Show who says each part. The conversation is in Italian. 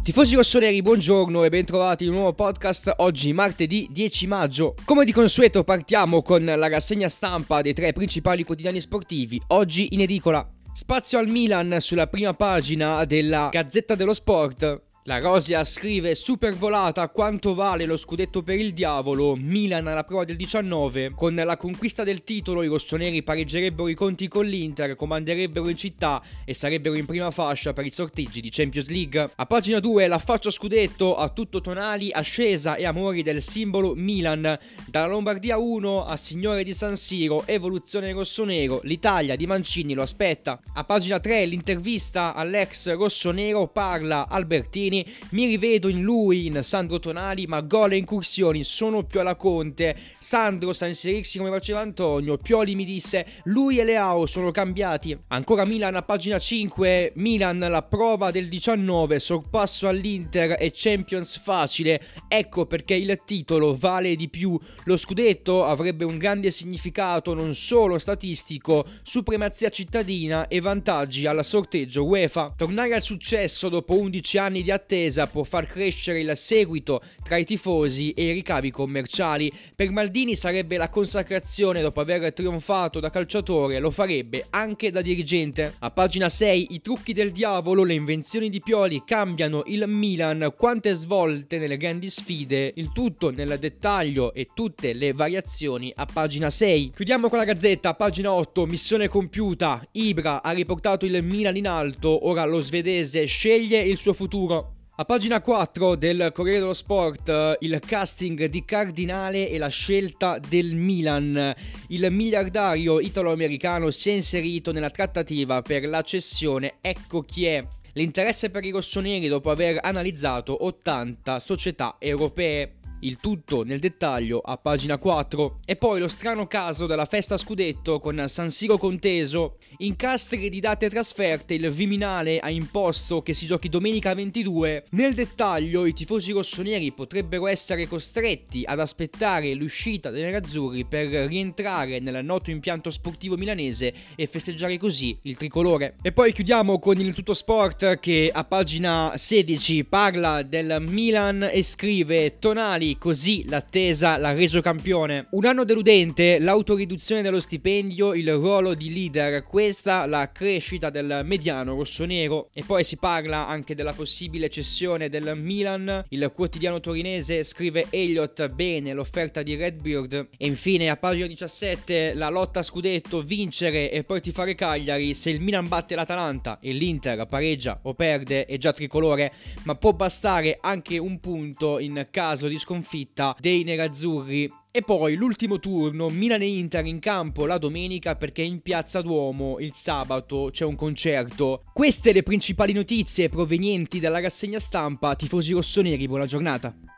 Speaker 1: Tifosi rossoneri, buongiorno e bentrovati in un nuovo podcast. Oggi martedì 10 maggio. Come di consueto partiamo con la rassegna stampa dei tre principali quotidiani sportivi, oggi in edicola. Spazio al Milan sulla prima pagina della Gazzetta dello Sport. La Rosia scrive: supervolata, quanto vale lo scudetto per il diavolo? Milan alla prova del 19. Con la conquista del titolo i rossoneri pareggerebbero i conti con l'Inter, comanderebbero in città e sarebbero in prima fascia per i sorteggi di Champions League. A pagina 2 l'affaccio scudetto a tutto Tonali, ascesa e amori del simbolo Milan. Dalla Lombardia 1 a Signore di San Siro, evoluzione rossonero, l'Italia di Mancini lo aspetta. A pagina 3 l'intervista all'ex rossonero, parla Albertini. Mi rivedo in lui, in Sandro Tonali, ma gol e incursioni sono più alla Conte. Sandro sa inserirsi come faceva Antonio. Pioli mi disse: lui e Leao sono cambiati. Ancora Milan a pagina 5. Milan la prova del 19, sorpasso all'Inter e Champions facile. Ecco perché il titolo vale di più. Lo scudetto avrebbe un grande significato non solo statistico, supremazia cittadina e vantaggi alla sorteggio UEFA. Tornare al successo dopo 11 anni di attesa può far crescere il seguito tra i tifosi e i ricavi commerciali. Per Maldini sarebbe la consacrazione dopo aver trionfato da calciatore, lo farebbe anche da dirigente. A pagina 6 i trucchi del diavolo, le invenzioni di Pioli cambiano il Milan, quante svolte nelle grandi sfide, il tutto nel dettaglio e tutte le variazioni a pagina 6. Chiudiamo con la Gazzetta, a pagina 8, missione compiuta, Ibra ha riportato il Milan in alto, ora lo svedese sceglie il suo futuro. A pagina 4 del Corriere dello Sport, il casting di Cardinale e la scelta del Milan. Il miliardario italo-americano si è inserito nella trattativa per la cessione, ecco chi è. L'interesse per i rossoneri dopo aver analizzato 80 società europee. Il tutto nel dettaglio a pagina 4. E poi lo strano caso della festa scudetto con San Siro conteso. Incastri di date trasferte, il Viminale ha imposto che si giochi domenica 22. Nel dettaglio i tifosi rossoneri potrebbero essere costretti ad aspettare l'uscita dei nerazzurri per rientrare nel noto impianto sportivo milanese e festeggiare così il tricolore. E poi chiudiamo con il Tutto Sport che a pagina 16 parla del Milan e scrive: Tonali, così l'attesa l'ha reso campione. Un anno deludente, l'autoriduzione dello stipendio, il ruolo di leader, questa la crescita del mediano rossonero. E poi si parla anche della possibile cessione del Milan. Il quotidiano torinese scrive: Elliott, bene l'offerta di Redbird. E infine a pagina 17 la lotta a scudetto, vincere e poi tifare Cagliari. Se il Milan batte l'Atalanta e l'Inter pareggia o perde è già tricolore, ma può bastare anche un punto in caso di sconfitta dei nerazzurri. E poi l'ultimo turno, Milan e Inter in campo la domenica perché in Piazza Duomo il sabato c'è un concerto. Queste le principali notizie provenienti dalla rassegna stampa. Tifosi rossoneri, buona giornata.